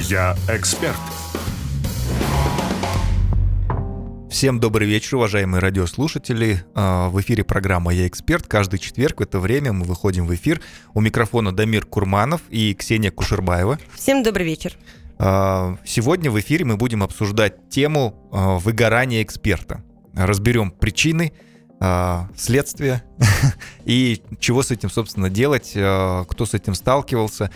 Я эксперт. Всем добрый вечер, уважаемые радиослушатели. В эфире программа «Я эксперт». Каждый четверг в это время мы выходим в эфир. У микрофона Дамир Курманов и Ксения Кушербаева. Всем добрый вечер. Сегодня в эфире мы будем обсуждать тему выгорания эксперта. Разберем причины, следствия и чего с этим, собственно, делать, кто с этим сталкивался.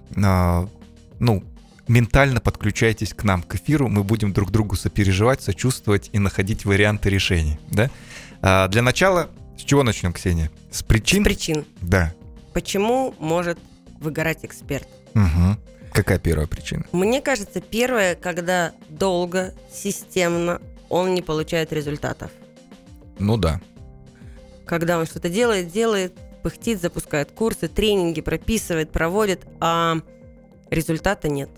Ментально подключайтесь к нам, к эфиру. Мы будем друг другу сопереживать, сочувствовать и находить варианты решений. Да? Для начала, с чего начнем, Ксения? С причин? С причин. Да. Почему может выгорать эксперт? Угу. Какая первая причина? Мне кажется, первая, когда долго, системно он не получает результатов. Ну да. Когда он что-то делает, пыхтит, запускает курсы, тренинги, прописывает, проводит, а результата нет.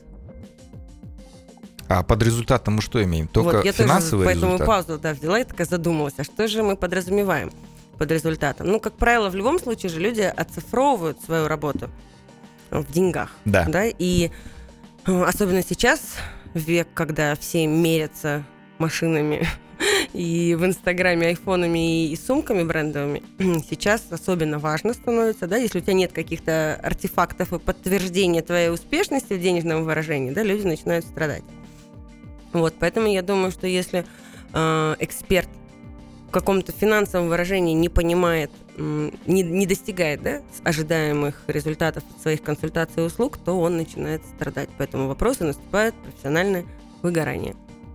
А под результатом мы что имеем? Только вот, финансовый результат? Я тоже поэтому паузу взяла и такая задумалась, а что же мы подразумеваем под результатом? Как правило, в любом случае же люди оцифровывают свою работу в деньгах. Да. И особенно сейчас, век, когда все мерятся машинами и в Инстаграме айфонами и сумками брендовыми, сейчас особенно важно становится, если у тебя нет каких-то артефактов и подтверждения твоей успешности в денежном выражении, люди начинают страдать. Поэтому я думаю, что если эксперт в каком-то финансовом выражении не понимает, не достигает ожидаемых результатов от своих консультаций и услуг, то он начинает страдать. По этому вопросу наступает профессиональное выгорание.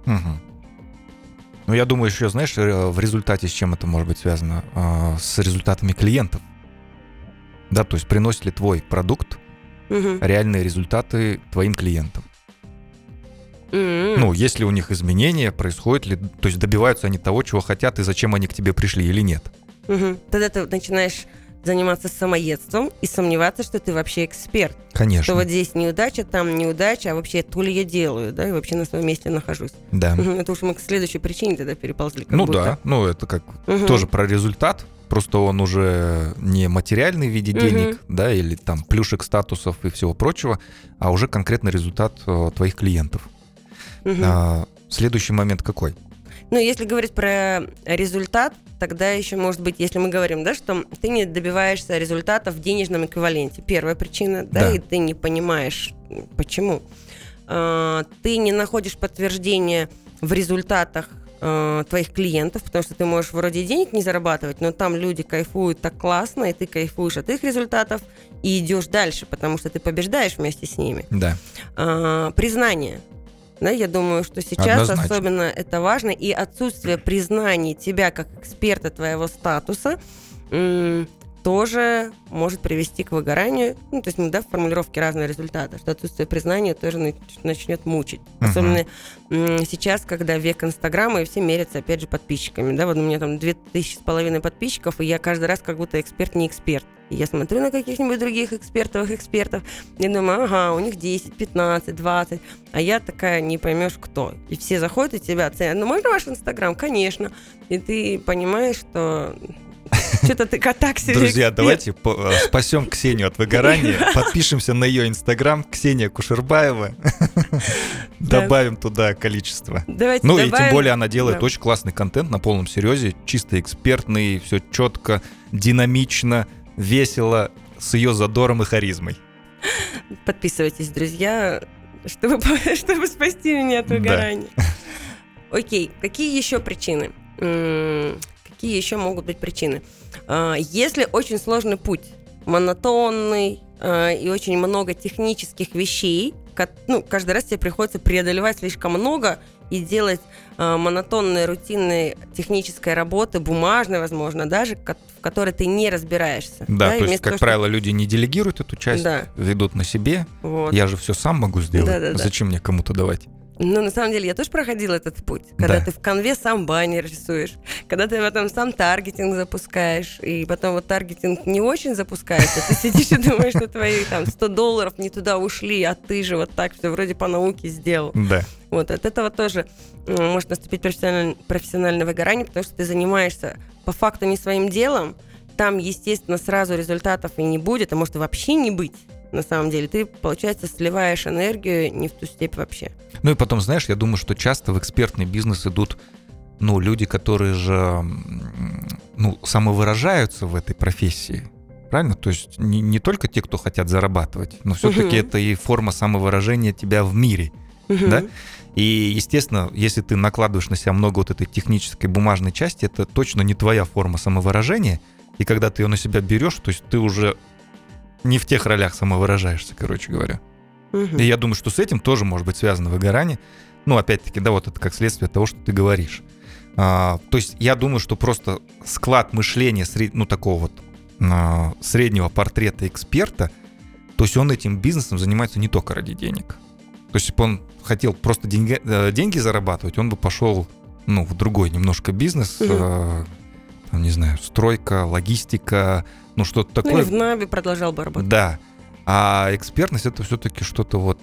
Угу. Я думаю, еще, знаешь, в результате с чем это может быть связано? С результатами клиентов. Да, то есть приносит ли твой продукт реальные результаты твоим клиентам? Есть ли у них изменения, происходит ли, то есть добиваются они того, чего хотят, и зачем они к тебе пришли или нет? Тогда ты начинаешь заниматься самоедством и сомневаться, что ты вообще эксперт. Конечно. Что вот здесь неудача, там неудача, а вообще то ли я делаю, и вообще на своем месте нахожусь. Да. Это уж мы к следующей причине тогда переползли. Да, это как тоже про результат, просто он уже не материальный в виде денег, или там плюшек, статусов и всего прочего, а уже конкретно результат твоих клиентов. Следующий момент какой? Если говорить про результат, тогда еще может быть, если мы говорим, что ты не добиваешься результата в денежном эквиваленте. Первая причина, и ты не понимаешь, почему. Ты не находишь подтверждения в результатах твоих клиентов, потому что ты можешь вроде денег не зарабатывать, но там люди кайфуют так классно, и ты кайфуешь от их результатов и идешь дальше, потому что ты побеждаешь вместе с ними. Да. Признание. Я думаю, что сейчас однозначно. Особенно это важно, и отсутствие признания тебя как эксперта твоего статуса тоже может привести к выгоранию. То есть в формулировке разные результаты, что отсутствие признания тоже начнет мучить. Особенно сейчас, когда век Инстаграма, и все мерятся, опять же, подписчиками. У меня там 2500 подписчиков, и я каждый раз как будто эксперт не эксперт. И я смотрю на каких-нибудь других экспертов, и думаю, у них 10, 15, 20, а я такая, не поймешь кто. И все заходят и тебя оценят. Можно ваш Инстаграм? Конечно. И ты понимаешь, что... Что-то ты так себе. Друзья, давайте спасем Ксению от выгорания, подпишемся на ее Инстаграм, Ксения Кушербаева, добавим туда количество. Давайте и тем более она делает очень классный контент на полном серьезе, чисто экспертный, все четко, динамично, весело, с ее задором и харизмой. Подписывайтесь, друзья, чтобы спасти меня от выгорания. Окей, какие еще причины? Какие еще могут быть причины? Если очень сложный путь, монотонный и очень много технических вещей, каждый раз тебе приходится преодолевать слишком много и делать монотонной, рутинной технической работы, бумажной, возможно, даже, в которой ты не разбираешься. Да, то есть, как правило, люди не делегируют эту часть, ведут на себе. Я же все сам могу сделать. Зачем мне кому-то давать? На самом деле, я тоже проходила этот путь. Когда ты в канве сам баннер рисуешь, когда ты потом сам таргетинг запускаешь, и потом таргетинг не очень запускается, ты сидишь и думаешь, что твои $100 не туда ушли, а ты же вот так все вроде по науке сделал. Да. От этого тоже может наступить профессиональное выгорание, потому что ты занимаешься по факту не своим делом, там, естественно, сразу результатов и не будет, а может и вообще не быть. на самом деле. Ты, получается, сливаешь энергию не в ту степь вообще. Ну и потом, знаешь, я думаю, что часто в экспертный бизнес идут, ну, люди, которые же, ну, самовыражаются в этой профессии. Правильно? То есть не только те, кто хотят зарабатывать, но все-таки это и форма самовыражения тебя в мире. Да? И, естественно, если ты накладываешь на себя много вот этой технической бумажной части, это точно не твоя форма самовыражения. И когда ты ее на себя берешь, то есть ты уже не в тех ролях самовыражаешься, короче говоря. И я думаю, что с этим тоже может быть связано выгорание. Ну, опять-таки, да, вот это как следствие того, что ты говоришь. То есть я думаю, что просто склад мышления, ну, такого вот среднего портрета эксперта, то есть он этим бизнесом занимается не только ради денег. То есть, если бы он хотел просто деньги зарабатывать, он бы пошел, ну, в другой немножко бизнес, там, не знаю, стройка, логистика, ну, что-то такое. Ну, или в НАБе продолжал бы работать. Да. А экспертность — это все-таки что-то вот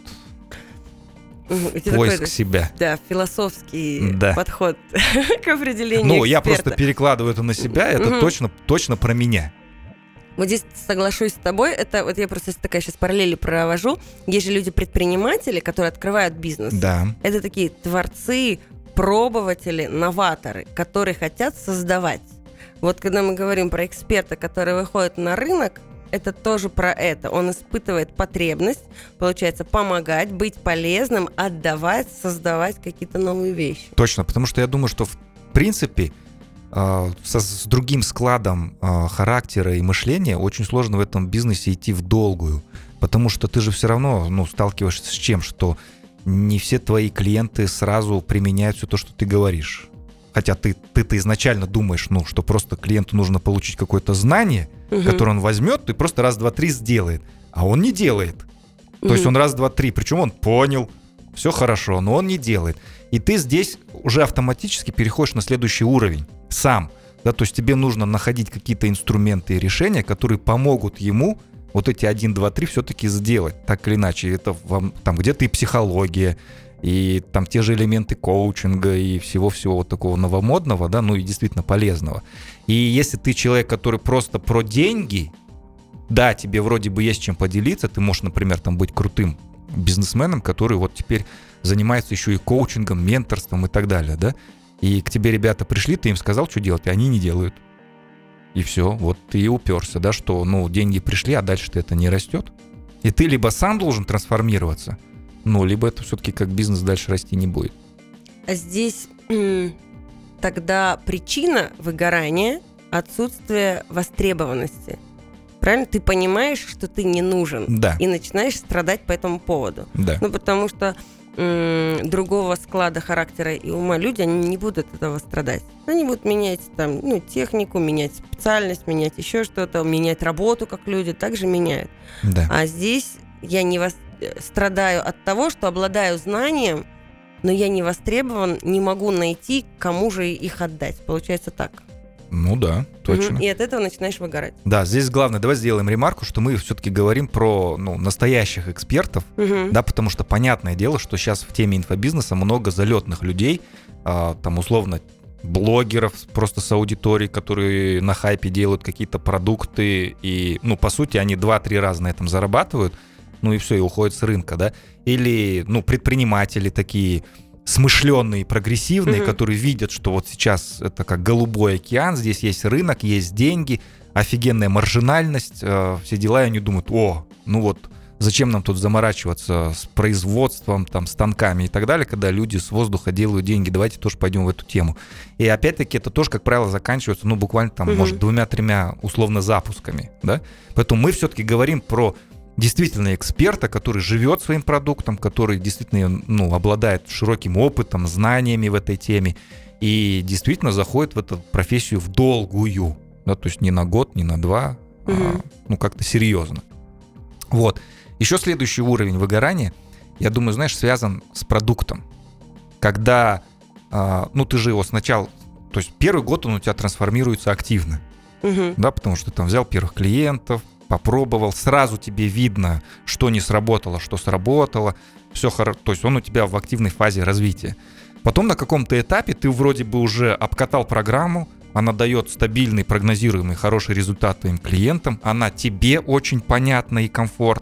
поиск себя. Да, философский подход к определению Ну, эксперта. я просто перекладываю это на себя, это точно про меня. Вот здесь соглашусь с тобой, это вот я просто такая сейчас параллели провожу. Есть же люди-предприниматели, которые открывают бизнес. Да. Это такие творцы, пробователи, новаторы, которые хотят создавать. Вот когда мы говорим про эксперта, который выходит на рынок, это тоже про это. Он испытывает потребность, получается, помогать, быть полезным, отдавать, создавать какие-то новые вещи. Точно, потому что я думаю, что в принципе с другим складом характера и мышления очень сложно в этом бизнесе идти в долгую, потому что ты же все равно, ну, сталкиваешься с чем, что не все твои клиенты сразу применяют все то, что ты говоришь. Хотя ты-то изначально думаешь, ну, что просто клиенту нужно получить какое-то знание, которое он возьмет и просто раз, два, три сделает. А он не делает. То есть он раз, два, три, причем он понял, все хорошо, но он не делает. И ты здесь уже автоматически переходишь на следующий уровень сам. Да, то есть тебе нужно находить какие-то инструменты и решения, которые помогут ему вот эти 1, 2, 3 все-таки сделать. Так или иначе, это там где-то и психология, и там те же элементы коучинга и всего-всего вот такого новомодного, да, ну и действительно полезного. И если ты человек, который просто про деньги, да, тебе вроде бы есть чем поделиться, ты можешь, например, там быть крутым бизнесменом, который вот теперь занимается еще и коучингом, менторством и так далее, да, и к тебе ребята пришли, ты им сказал, что делать, и они не делают. И все, вот ты и уперся, да, что, ну, деньги пришли, а дальше-то это не растет. И ты либо сам должен трансформироваться, ну, либо это все-таки как бизнес дальше расти не будет. А здесь тогда причина выгорания — отсутствие востребованности. Правильно? Ты понимаешь, что ты не нужен. Да. И начинаешь страдать по этому поводу. Да. Ну, потому что другого склада характера и ума люди, они не будут от этого страдать. Они будут менять там, ну, технику, менять специальность, менять еще что-то, менять работу, как люди, также меняют. Да. А здесь я страдаю от того, что обладаю знанием, но я не востребован, не могу найти, кому же их отдать. Получается так. Ну да, точно. И от этого начинаешь выгорать. Да, здесь главное, давай сделаем ремарку, что мы все-таки говорим про, ну, настоящих экспертов, да, потому что понятное дело, что сейчас в теме инфобизнеса много залетных людей, там условно блогеров просто с аудиторией, которые на хайпе делают какие-то продукты, и, ну, по сути, они 2-3 раза на этом зарабатывают, ну и все, и уходят с рынка, да, или, ну, предприниматели такие смышленные, прогрессивные, которые видят, что вот сейчас это как голубой океан, здесь есть рынок, есть деньги, офигенная маржинальность, все дела, и они думают, ну вот, зачем нам тут заморачиваться с производством, там, станками и так далее, когда люди с воздуха делают деньги, давайте тоже пойдем в эту тему. И опять-таки это тоже, как правило, заканчивается, ну, буквально там, может, 2-3 условно запусками, да, поэтому мы все-таки говорим про действительно эксперта, который живет своим продуктом, который действительно, ну, обладает широким опытом, знаниями в этой теме и действительно заходит в эту профессию в долгую, да, то есть не на год, не на 2, ну, как-то серьезно. Вот. Еще следующий уровень выгорания, я думаю, знаешь, связан с продуктом. Когда, ну, ты же его сначала, то есть первый год он у тебя трансформируется активно, да, потому что ты там взял первых клиентов, попробовал, сразу тебе видно, что не сработало, что сработало, все хорошо, то есть он у тебя в активной фазе развития. Потом на каком-то этапе ты вроде бы уже обкатал программу, она дает стабильный, прогнозируемый, хороший результат твоим клиентам, она тебе очень понятна и комфортна,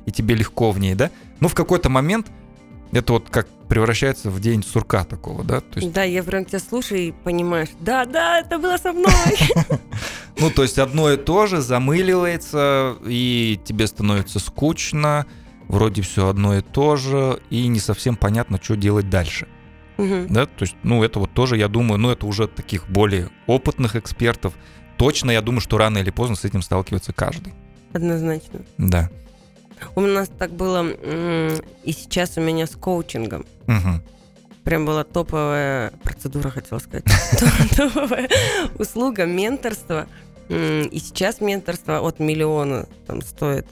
и тебе легко в ней, да? Но в какой-то момент это вот как превращается в день сурка такого, да? То есть... Да, я прям тебя слушаю и понимаешь, да, это было со мной. Ну, то есть одно и то же замыливается, и тебе становится скучно, вроде все одно и то же, и не совсем понятно, что делать дальше. Да, то есть, это вот тоже, я думаю, это уже таких более опытных экспертов. Точно, я думаю, что рано или поздно с этим сталкивается каждый. Однозначно. Да. У нас так было и сейчас у меня с коучингом. Прям была топовая процедура, хотела сказать. Топовая услуга менторства. И сейчас менторство от миллиона там стоит.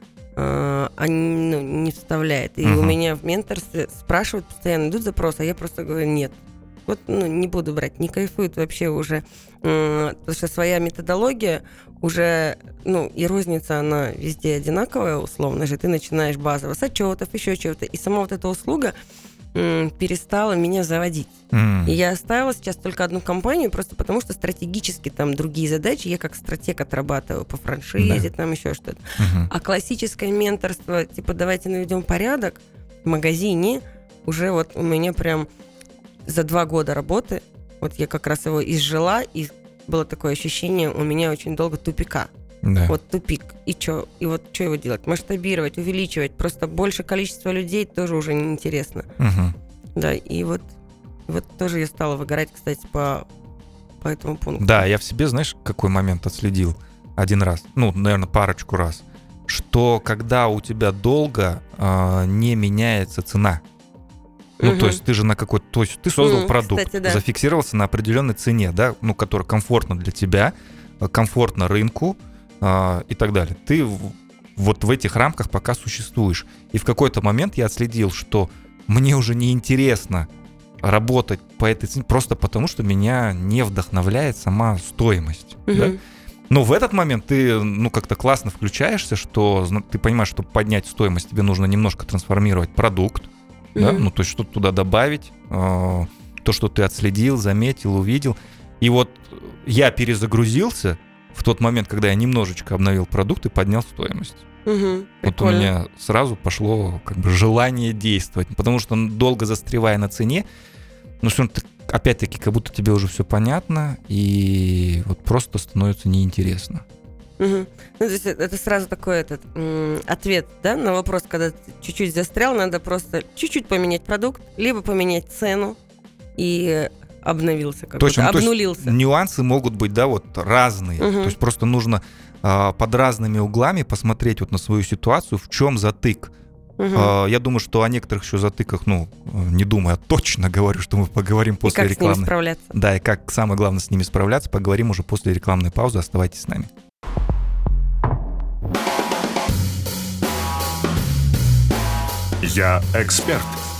Они не вставляет. И у меня в менторстве спрашивают постоянно, идут запросы, а я просто говорю, нет. Вот, не буду брать, не кайфует вообще уже. Потому что своя методология уже, и розница, она везде одинаковая, условно же. Ты начинаешь базово с отчетов, еще чего-то. И сама вот эта услуга перестала меня заводить. И я оставила сейчас только одну компанию, просто потому что стратегически там другие задачи я как стратег отрабатываю по франшизе, там еще что-то. А классическое менторство, типа давайте наведем порядок в магазине, уже вот у меня прям за 2 года работы, вот я как раз его изжила, и было такое ощущение у меня очень долго тупика. Да. Вот тупик. И что? И вот что его делать? Масштабировать, увеличивать. Просто больше количество людей тоже уже неинтересно. Да, и вот тоже я стала выгорать, кстати, по этому пункту. Да, я в себе, знаешь, какой момент отследил? Один раз, наверное, парочку раз. Что когда у тебя долго не меняется цена. То есть ты же на какой-то... То есть ты создал продукт, кстати, да. Зафиксировался на определенной цене, да, которая комфортна для тебя, комфортна рынку, и так далее. Ты вот в этих рамках пока существуешь. И в какой-то момент я отследил, что мне уже не интересно работать по этой цене, просто потому что меня не вдохновляет сама стоимость. Да? Но в этот момент ты как-то классно включаешься, что ты понимаешь, что поднять стоимость, тебе нужно немножко трансформировать продукт, да? То есть что-то туда добавить, то, что ты отследил, заметил, увидел. И вот я перезагрузился в тот момент, когда я немножечко обновил продукт и поднял стоимость. Вот у меня сразу пошло желание действовать, потому что долго застревая на цене, все равно опять-таки как будто тебе уже все понятно, и вот просто становится неинтересно. То есть это сразу такой ответ, да, на вопрос, когда ты чуть-чуть застрял, надо просто чуть-чуть поменять продукт, либо поменять цену и обновился, обнулился. То есть нюансы могут быть, да, вот разные. То есть просто нужно под разными углами посмотреть вот на свою ситуацию, в чем затык. Я думаю, что о некоторых еще затыках, не думаю, а точно говорю, что мы поговорим после рекламы. И как с ними справляться. Да, и как самое главное с ними справляться, поговорим уже после рекламной паузы. Оставайтесь с нами. Я эксперт.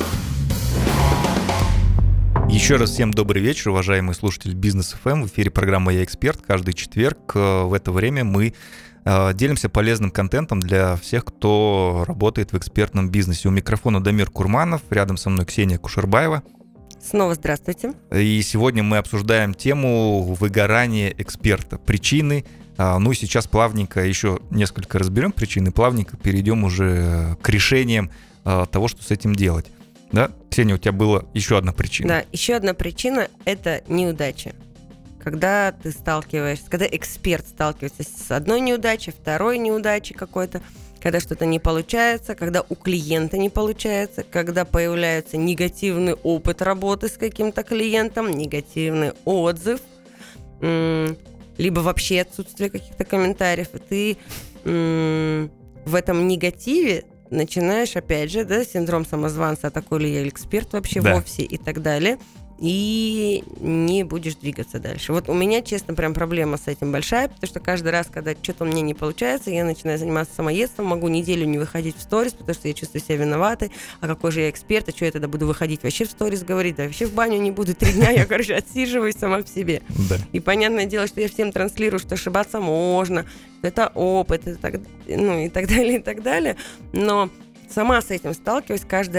Еще раз всем добрый вечер, уважаемые слушатели Бизнес ФМ. В эфире программа «Я эксперт». Каждый четверг в это время мы делимся полезным контентом для всех, кто работает в экспертном бизнесе. У микрофона Дамир Курманов, рядом со мной Ксения Кушербаева. Снова здравствуйте. И сегодня мы обсуждаем тему выгорания эксперта, причины. И сейчас плавненько еще несколько разберем причины, плавненько перейдем уже к решениям того, что с этим делать. Да? Ксения, у тебя была еще одна причина. Да, еще одна причина – это неудача. Когда эксперт сталкивается с одной неудачей, второй неудачей какой-то, когда что-то не получается, когда у клиента не получается, когда появляется негативный опыт работы с каким-то клиентом, негативный отзыв, либо вообще отсутствие каких-то комментариев, и ты в этом негативе начинаешь, опять же, да, синдром самозванца, такой ли я эксперт вообще вовсе и так далее, и не будешь двигаться дальше. Вот у меня, честно, прям проблема с этим большая, потому что каждый раз, когда что-то у меня не получается, я начинаю заниматься самоедством, могу неделю не выходить в сторис, потому что я чувствую себя виноватой, а какой же я эксперт, а что я тогда буду выходить вообще в сторис говорить, да вообще в баню не буду, 3 дня я, отсиживаюсь сама в себе. Да. И понятное дело, что я всем транслирую, что ошибаться можно, что это опыт, и так далее, но сама с этим сталкиваюсь каждый раз.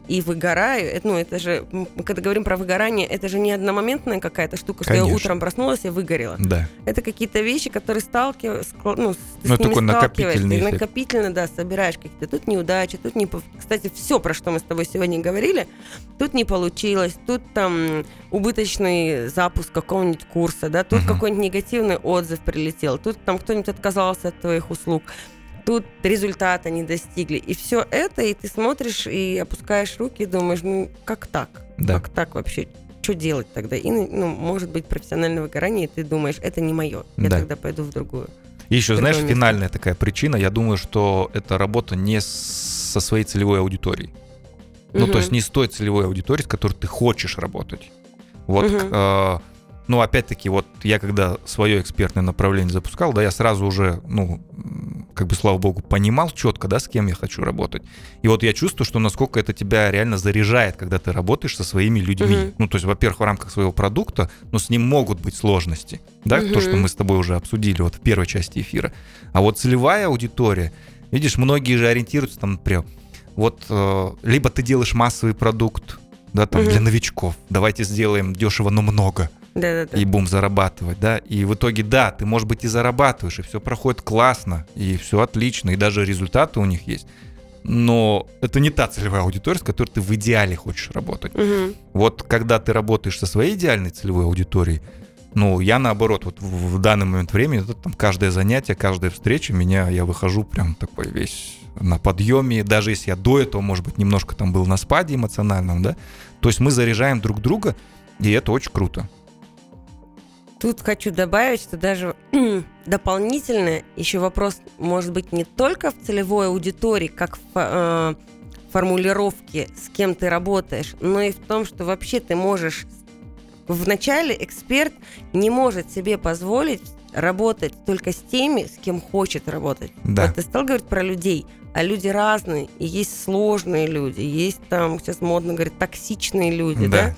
и выгораю. Это же, мы когда говорим про выгорание, это же не одномоментная какая-то штука, что Конечно. я утром проснулась и выгорела. Да. Это какие-то вещи, которые ты с ними такой накопительный эффект. накопительно, да, собираешь какие-то. Тут неудачи, тут не... Кстати, все, про что мы с тобой сегодня говорили, тут не получилось, тут там убыточный запуск какого-нибудь курса, да, тут какой-нибудь негативный отзыв прилетел, тут там кто-нибудь отказался от твоих услуг, тут результата не достигли. И все это, и ты смотришь и опускаешь руки и думаешь, как так? Да. Как так вообще? Что делать тогда? И, может быть, профессиональное выгорание, и ты думаешь, это не мое, я тогда пойду в другую. И еще, знаешь, место. финальная такая причина, я думаю, что это работа не со своей целевой аудиторией. То есть не с той целевой аудиторией, с которой ты хочешь работать. Вот, опять-таки, вот я когда свое экспертное направление запускал, да, я сразу уже, слава богу, понимал четко, да, с кем я хочу работать. И вот я чувствую, что насколько это тебя реально заряжает, когда ты работаешь со своими людьми. То есть, во-первых, в рамках своего продукта, но с ним могут быть сложности, да, то, что мы с тобой уже обсудили вот в первой части эфира. А вот целевая аудитория, видишь, многие же ориентируются там, например, либо ты делаешь массовый продукт, да, там, для новичков, давайте сделаем дешево, но много. Да-да-да. И будем зарабатывать, да, и в итоге, да, ты, может быть, и зарабатываешь, и все проходит классно, и все отлично, и даже результаты у них есть, но это не та целевая аудитория, с которой ты в идеале хочешь работать. Вот когда ты работаешь со своей идеальной целевой аудиторией, я наоборот, вот в данный момент времени, там каждое занятие, каждая встреча, я выхожу прям такой весь на подъеме, даже если я до этого, может быть, немножко там был на спаде эмоциональном, да, то есть мы заряжаем друг друга, и это очень круто. Тут хочу добавить, что даже дополнительно еще вопрос может быть не только в целевой аудитории, как в формулировке, с кем ты работаешь, но и в том, что вообще ты можешь... Вначале эксперт не может себе позволить работать только с теми, с кем хочет работать. Да. Вот ты стал говорить про людей, а люди разные, и есть сложные люди, есть там, сейчас модно говорить, токсичные люди, да?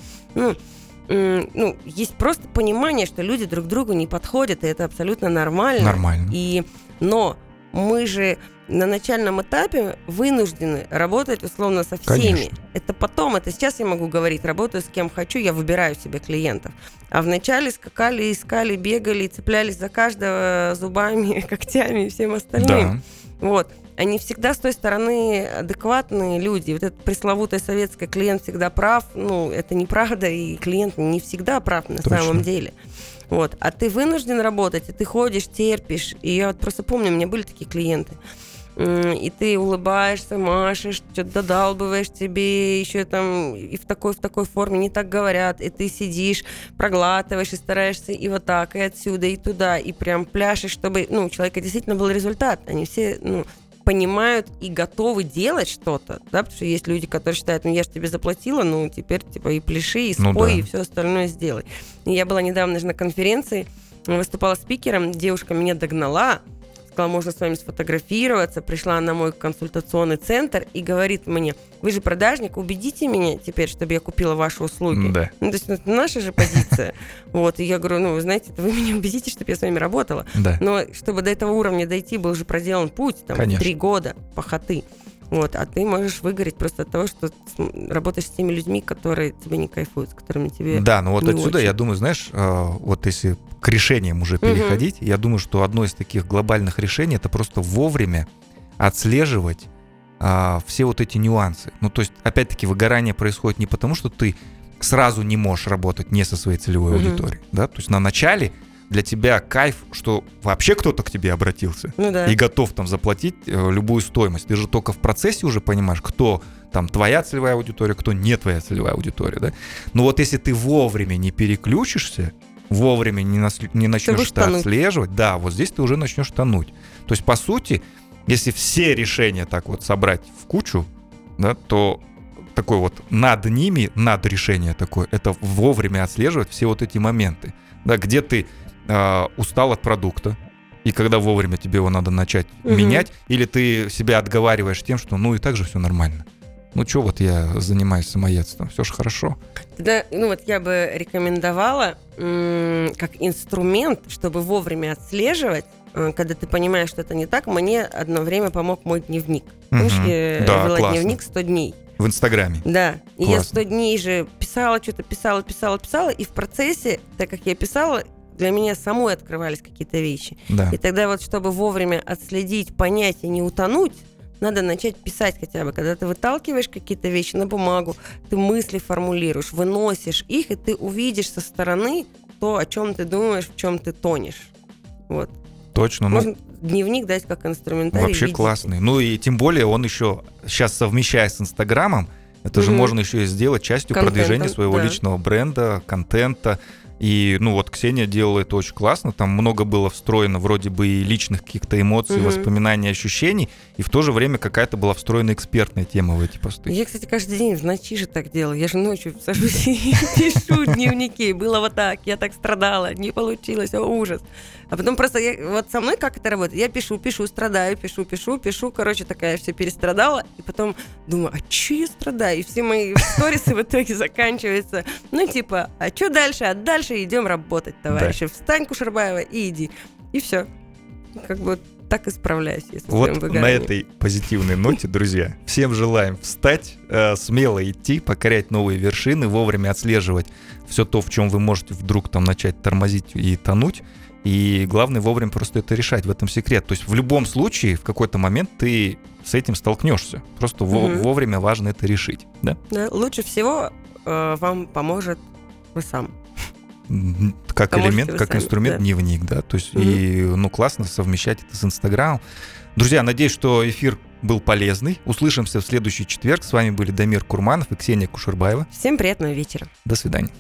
Есть просто понимание, что люди друг другу не подходят, и это абсолютно нормально. Нормально. Но мы же на начальном этапе вынуждены работать условно со всеми. Конечно. Это потом, это сейчас я могу говорить, работаю с кем хочу, я выбираю себе клиентов. А вначале скакали, искали, бегали, цеплялись за каждого зубами, когтями и всем остальным. Да. Вот. Они всегда с той стороны адекватные люди. Вот этот пресловутый советский клиент всегда прав, это неправда, и клиент не всегда прав на самом деле. Вот. А ты вынужден работать, и ты ходишь, терпишь. И я вот просто помню, у меня были такие клиенты. И ты улыбаешься, машешь, что-то додалбываешь тебе, еще там и в такой форме не так говорят, и ты сидишь, проглатываешь и стараешься и вот так, и отсюда, и туда, и прям пляшешь, чтобы у человека действительно был результат. Они все, понимают и готовы делать что-то, да, потому что есть люди, которые считают, я же тебе заплатила, теперь и пляши, и спой, и все остальное сделай. И я была недавно же на конференции, выступала спикером, девушка меня догнала, сказала, можно с вами сфотографироваться, пришла на мой консультационный центр и говорит мне, вы же продажник, убедите меня теперь, чтобы я купила ваши услуги. Да. То есть это наша же позиция. Вот, и я говорю, вы знаете, вы меня убедите, чтобы я с вами работала. Да. Но чтобы до этого уровня дойти, был же проделан путь, 3 года похоты. Вот, а ты можешь выгореть просто от того, что работаешь с теми людьми, которые тебе не кайфуют, с которыми тебе Да, вот не отсюда, очень. я думаю, знаешь, вот если к решениям уже переходить, я думаю, что одно из таких глобальных решений — это просто вовремя отслеживать все вот эти нюансы. То есть, опять-таки, выгорание происходит не потому, что ты сразу не можешь работать не со своей целевой аудиторией, да, то есть на начале для тебя кайф, что вообще кто-то к тебе обратился и готов там заплатить любую стоимость. Ты же только в процессе уже понимаешь, кто там твоя целевая аудитория, кто не твоя целевая аудитория, да. Но вот если ты вовремя не переключишься, вовремя не начнешь это отслеживать, да, вот здесь ты уже начнешь тонуть. То есть, по сути, если все решения так вот собрать в кучу, да, то такой вот над ними, над решение такое, это вовремя отслеживать все вот эти моменты, да, где ты устал от продукта, и когда вовремя тебе его надо начать менять, или ты себя отговариваешь тем, что и так же все нормально. Что вот я занимаюсь самоедством, все же хорошо. Да, я бы рекомендовала как инструмент, чтобы вовремя отслеживать, когда ты понимаешь, что это не так. Мне одно время помог мой дневник. Помнишь, я вела дневник 100 дней. В Инстаграме. Да. И я Классно. 100 дней же писала, что-то писала, и в процессе, так как я писала, для меня самой открывались какие-то вещи. Да. И тогда вот, чтобы вовремя отследить, понять и не утонуть, надо начать писать хотя бы. Когда ты выталкиваешь какие-то вещи на бумагу, ты мысли формулируешь, выносишь их, и ты увидишь со стороны то, о чем ты думаешь, в чем ты тонешь. Вот. Точно. Можно дневник дать как инструментарий. Вообще видите. классный. Ну и тем более он еще сейчас, совмещая с Инстаграмом, это же можно еще и сделать частью Контентом, продвижения своего да. личного бренда, контента. И, ну вот, Ксения делала это очень классно. Там много было встроено вроде бы и личных каких-то эмоций, воспоминаний, ощущений. И в то же время какая-то была встроена экспертная тема в эти посты. Я, кстати, каждый день в ночи же так делаю. Я же ночью сажусь и пишу дневники. Было вот так, я так страдала, не получилось, о, ужас. А потом просто, вот со мной как это работает? Я пишу, страдаю, пишу. Короче, такая все перестрадала. И потом думаю, а че я страдаю? И все мои сторисы в итоге заканчиваются. Ну, типа, а что дальше? А дальше идем работать, товарищи. Встань, Кушербаева, и иди. И все. Как бы так и справляюсь, если Вот своим на выгоранием. этой позитивной ноте, друзья, всем желаем встать, смело идти, покорять новые вершины, вовремя отслеживать все то, в чем вы можете вдруг там начать тормозить и тонуть. И главное вовремя просто это решать, в этом секрет. То есть в любом случае, в какой-то момент ты с этим столкнешься. Просто вовремя важно это решить. Да? Да, лучше всего вам поможет вы сам. Как Поможете элемент, вы как сами, инструмент, да. дневник, да, то есть и, ну, классно совмещать это с Инстаграмом. Друзья, надеюсь, что эфир был полезный. Услышимся в следующий четверг. С вами были Дамир Курманов и Ксения Кушербаева. Всем приятного вечера. До свидания.